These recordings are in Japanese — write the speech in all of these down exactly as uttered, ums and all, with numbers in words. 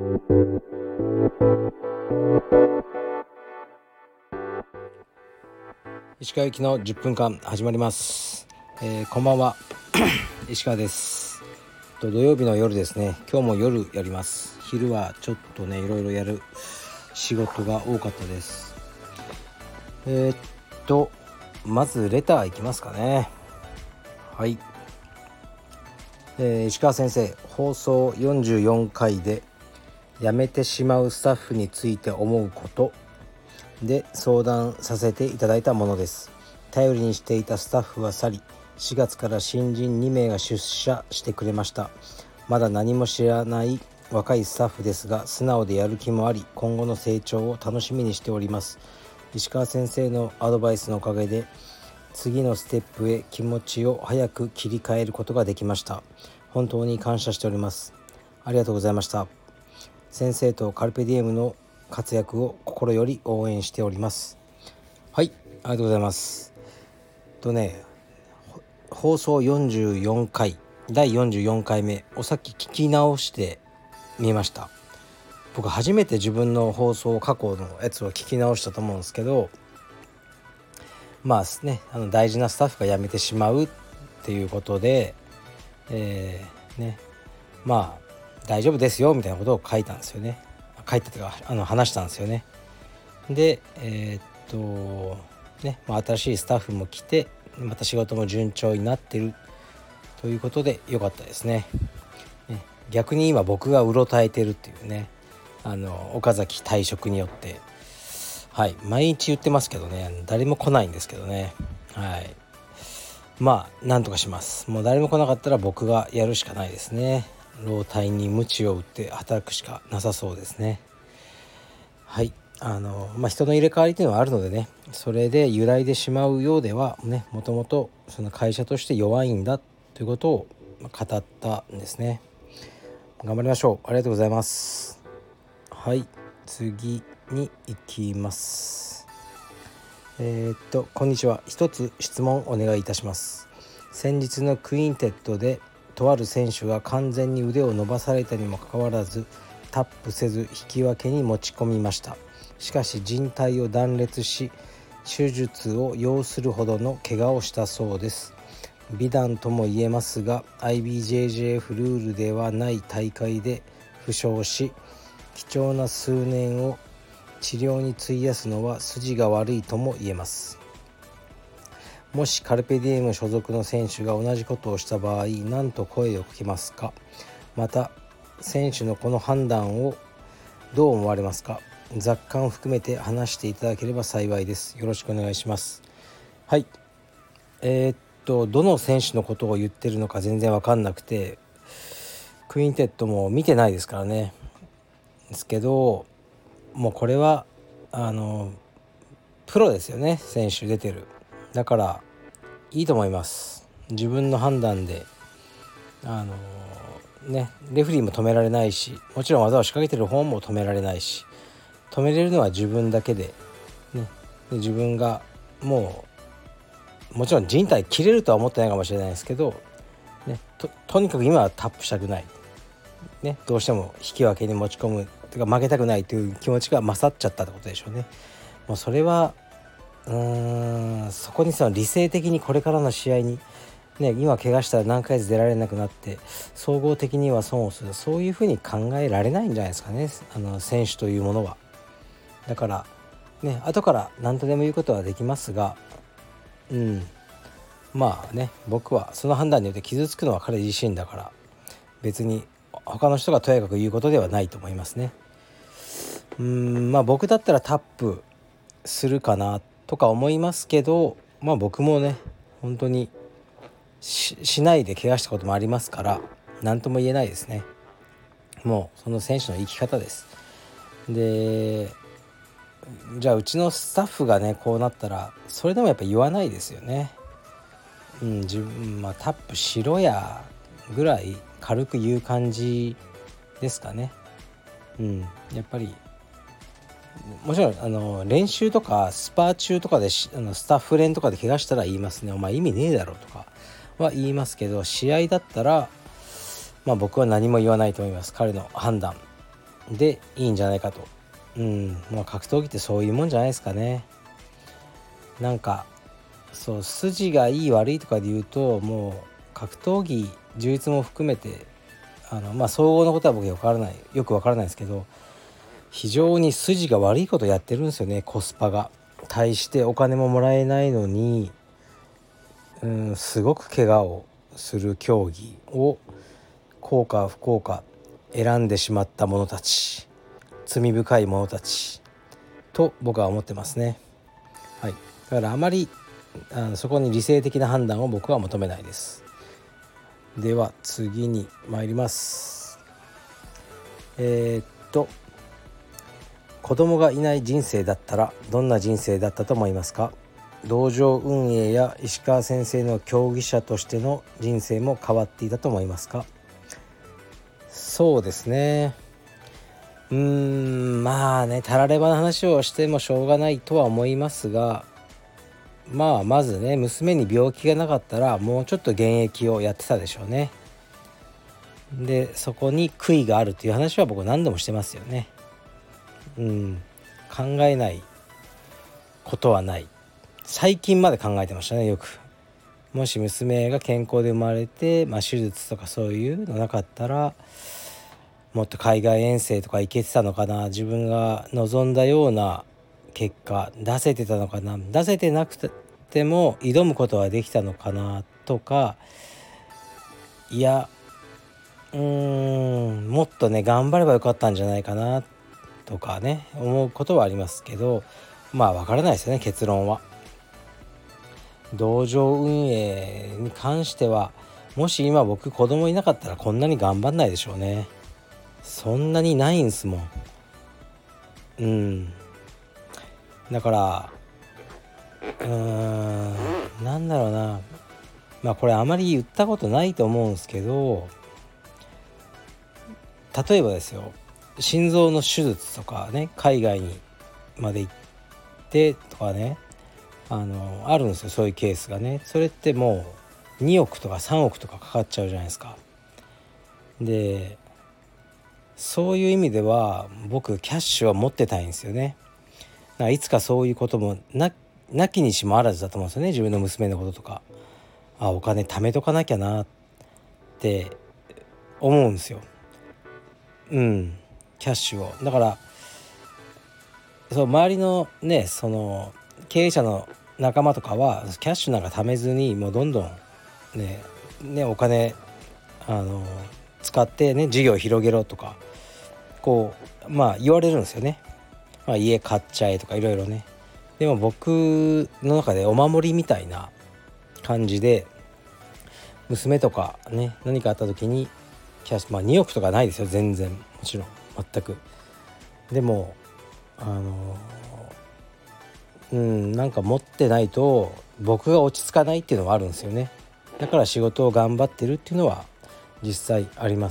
石川行きのじゅっぷんかん始まります。えー、こんばんは石川です。土曜日の夜ですね。今日も夜やります。昼はちょっとねいろいろやる仕事が多かったです。えー、っとまずレターいきますかね。はい、えー、石川先生、放送よんじゅうよんかいで辞めてしまうスタッフについて思うことで相談させていただいたものです。頼りにしていたスタッフは去り、しがつから新人にめいが出社してくれました。まだ何も知らない若いスタッフですが、素直でやる気もあり、今後の成長を楽しみにしております。石川先生のアドバイスのおかげで次のステップへ気持ちを早く切り替えることができました。本当に感謝しております。ありがとうございました。先生とカルペディエムの活躍を心より応援しております。はい、ありがとうございます。とね放送よんじゅうよんかいだいよんじゅうよんかいめをさっき聞き直してみました。僕初めて自分の放送過去のやつを聞き直したと思うんですけど、まあねあの大事なスタッフが辞めてしまうっていうことで、えー、ねまあ大丈夫ですよみたいなことを書いたんですよね。書いたというかあの話したんですよね。でえー、っとね、まあ、新しいスタッフも来てまた仕事も順調になってるということで良かったですね。ね、逆に今僕がうろたえてるっていうね、あの岡崎退職によって、はい毎日言ってますけどね、誰も来ないんですけどね。はい、まあなんとかします。もう誰も来なかったら僕がやるしかないですね。老体に鞭を打って働くしかなさそうですね。はいあのまあ人の入れ替わりというのはあるのでね、それで揺らいでしまうようではね、もともとその会社として弱いんだということを語ったんですね。頑張りましょう。ありがとうございます。はい、次に行きます。えー、っとこんにちは。一つ質問お願いいたします。先日のクインテットでとある選手が完全に腕を伸ばされたにもかかわらずタップせず引き分けに持ち込みました。しかし靭帯を断裂し手術を要するほどの怪我をしたそうです。美談とも言えますが アイビージェージェーエフ ルールではない大会で負傷し、貴重な数年を治療に費やすのは筋が悪いとも言えます。もしカルペディエム所属の選手が同じことをした場合、何と声をかけますか。また選手のこの判断をどう思われますか。雑感を含めて話していただければ幸いです。よろしくお願いします。はい、えー、っとどの選手のことを言ってるのか全然分かんなくて、クインテットも見てないですからね。ですけどもうこれはあのプロですよね。選手出てるだからいいと思います。自分の判断であのねレフェリーも止められないし、もちろん技を仕掛けてる方も止められないし、止めれるのは自分だけで、ね、で自分がもうもちろん人体切れるとは思ってないかもしれないですけど、ね、と, とにかく今はタップしたくない、ね、どうしても引き分けに持ち込むというか負けたくないという気持ちが勝っちゃったってことでしょうね。もうそれはうーんそこにその理性的にこれからの試合に、ね、今怪我したら何回ず出られなくなって総合的には損をする、そういうふうに考えられないんじゃないですかね、あの選手というものは。だからね後から何とでも言うことはできますが、うんまあね僕はその判断によって傷つくのは彼自身だから、別に他の人がとやかく言うことではないと思いますね。うーんまあ僕だったらタップするかなとか思いますけど、まあ僕もね本当に し, しないで怪我したこともありますから何とも言えないですね。もうその選手の生き方です。でじゃあうちのスタッフがねこうなったらそれでもやっぱ言わないですよね。うん、自分まあタップしろやぐらい軽く言う感じですかね。うん、やっぱりもちろんあの練習とかスパー中とかであのスタッフ練とかで怪我したら言いますね。お前意味ねえだろとかは言いますけど、試合だったらまあ僕は何も言わないと思います。彼の判断でいいんじゃないかと。うんまあ格闘技ってそういうもんじゃないですかね。なんかそう筋がいい悪いとかで言うと、もう格闘技充実も含めてあのまあ総合のことは僕よくわからないよくわからないですけど、非常に筋が悪いことやってるんですよね。コスパが対してお金ももらえないのに、うん、すごく怪我をする競技を幸か不幸か選んでしまった者たち、罪深い者たちと僕は思ってますね。はい、だからあまりあのそこに理性的な判断を僕は求めないです。では次に参ります。えー、っと子供がいない人生だったらどんな人生だったと思いますか？道場運営や石川先生の競技者としての人生も変わっていたと思いますか？そうですね、うーんまあねたらればの話をしてもしょうがないとは思いますが、まあまずね娘に病気がなかったらもうちょっと現役をやってたでしょうね。でそこに悔いがあるという話は僕何度もしてますよね。うん考えないことはない。最近まで考えてましたねよく。もし娘が健康で生まれて、まあ、手術とかそういうのなかったらもっと海外遠征とか行けてたのかな、自分が望んだような結果出せてたのかな、出せてなくても挑むことはできたのかなとか、いやうーんもっとね頑張ればよかったんじゃないかなとかね思うことはありますけど、まあわからないですよね結論は。道場運営に関してはもし今僕子供いなかったらこんなに頑張んないでしょうね。そんなにないんすもん。うんだからうーんなんだろうな、まあこれあまり言ったことないと思うんですけど、例えばですよ心臓の手術とかね海外にまで行ってとかね、あのあるんですよそういうケースがね。それってもうにおくとかさんおくとかかかっちゃうじゃないですか。でそういう意味では僕キャッシュは持ってたいんですよね。だからいつかそういうこともななきにしもあらずだと思うんですよね。自分の娘のこととか、あお金貯めとかなきゃなって思うんですよ。うんキャッシュをだからそう周りのねその経営者の仲間とかはキャッシュなんか貯めずにもうどんどんねねお金あの使ってね事業を広げろとかこうまあ言われるんですよね。まあ、家買っちゃえとかいろいろね。でも僕の中でお守りみたいな感じで娘とかね何かあった時にキャッシュまあにおくとかないですよ全然もちろん全く。でもあのうんなんか持ってないと僕が落ち着かないっていうのはあるんですよね。だから仕事を頑張ってるっていうのは実際あります。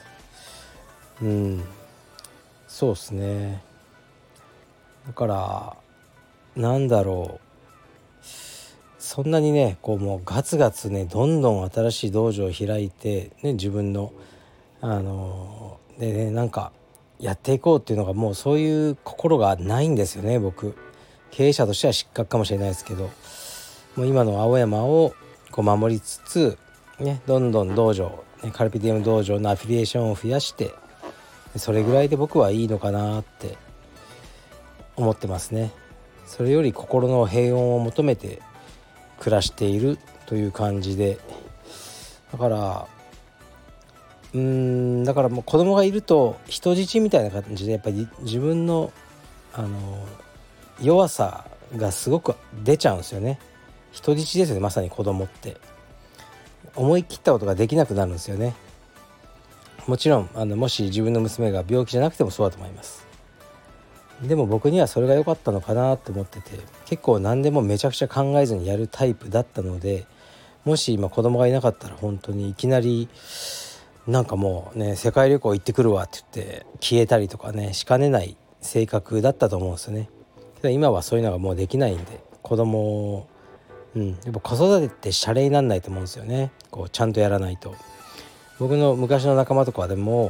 うんそうですね。だからなんだろうそんなにねこうもうガツガツねどんどん新しい道場を開いてね自分のあのでねなんかやっていこうっていうのがもうそういう心がないんですよね僕。経営者としては失格かもしれないですけど、もう今の青山をこう守りつつねどんどん道場、ね、カルピディウム道場のアフィリエーションを増やしてそれぐらいで僕はいいのかなって思ってますね。それより心の平穏を求めて暮らしているという感じで、だからうーんだからもう子供がいると人質みたいな感じでやっぱり自分のあの弱さがすごく出ちゃうんですよね。人質ですよねまさに子供って。思い切ったことができなくなるんですよね。もちろんあのもし自分の娘が病気じゃなくてもそうだと思います。でも僕にはそれが良かったのかなと思ってて、結構何でもめちゃくちゃ考えずにやるタイプだったので、もし今子供がいなかったら本当にいきなりなんかもうね世界旅行行ってくるわって言って消えたりとかねしかねない性格だったと思うんですよね。けど今はそういうのがもうできないんで子供を、うん、やっぱ子育てってシャレになんないと思うんですよね。こうちゃんとやらないと。僕の昔の仲間とかでも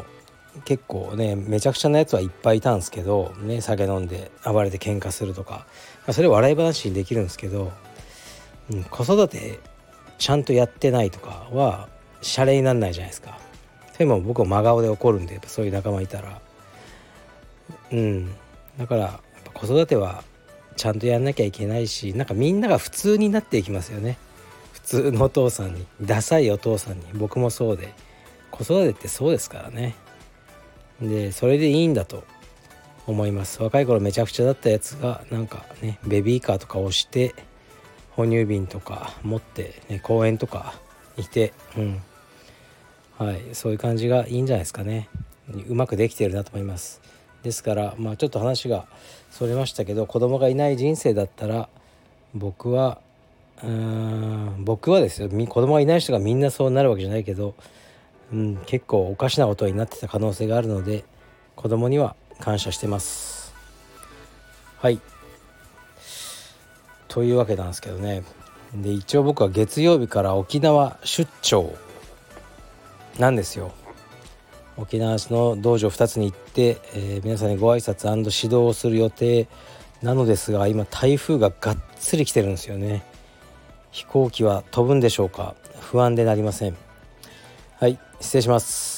結構ねめちゃくちゃなやつはいっぱいいたんですけどね、酒飲んで暴れて喧嘩するとか、まあ、それ笑い話にできるんですけど、うん、子育てちゃんとやってないとかはシャレになんないじゃないですか。でも僕も真顔で怒るんで、やっぱそういう仲間いたら、うんだからやっぱ子育てはちゃんとやんなきゃいけないし、なんかみんなが普通になっていきますよね。普通のお父さんに、ダサいお父さんに。僕もそうで、子育てってそうですからね。でそれでいいんだと思います。若い頃めちゃくちゃだったやつがなんかねベビーカーとか押して哺乳瓶とか持って、ね、公園とかいて、うんはい、そういう感じがいいんじゃないですかね。うまくできているなと思います。ですからまあちょっと話がそれましたけど、子供がいない人生だったら僕はうーん僕はですよ、子供がいない人がみんなそうなるわけじゃないけど、うん、結構おかしなことになってた可能性があるので、子供には感謝してます。はいというわけなんですけどね。で一応僕は月曜日から沖縄出張なんですよ。沖縄の道場ふたつに行って、えー、皆さんにご挨拶&指導をする予定なのですが、今台風ががっつり来てるんですよね。飛行機は飛ぶんでしょうか。不安でなりません。はい失礼します。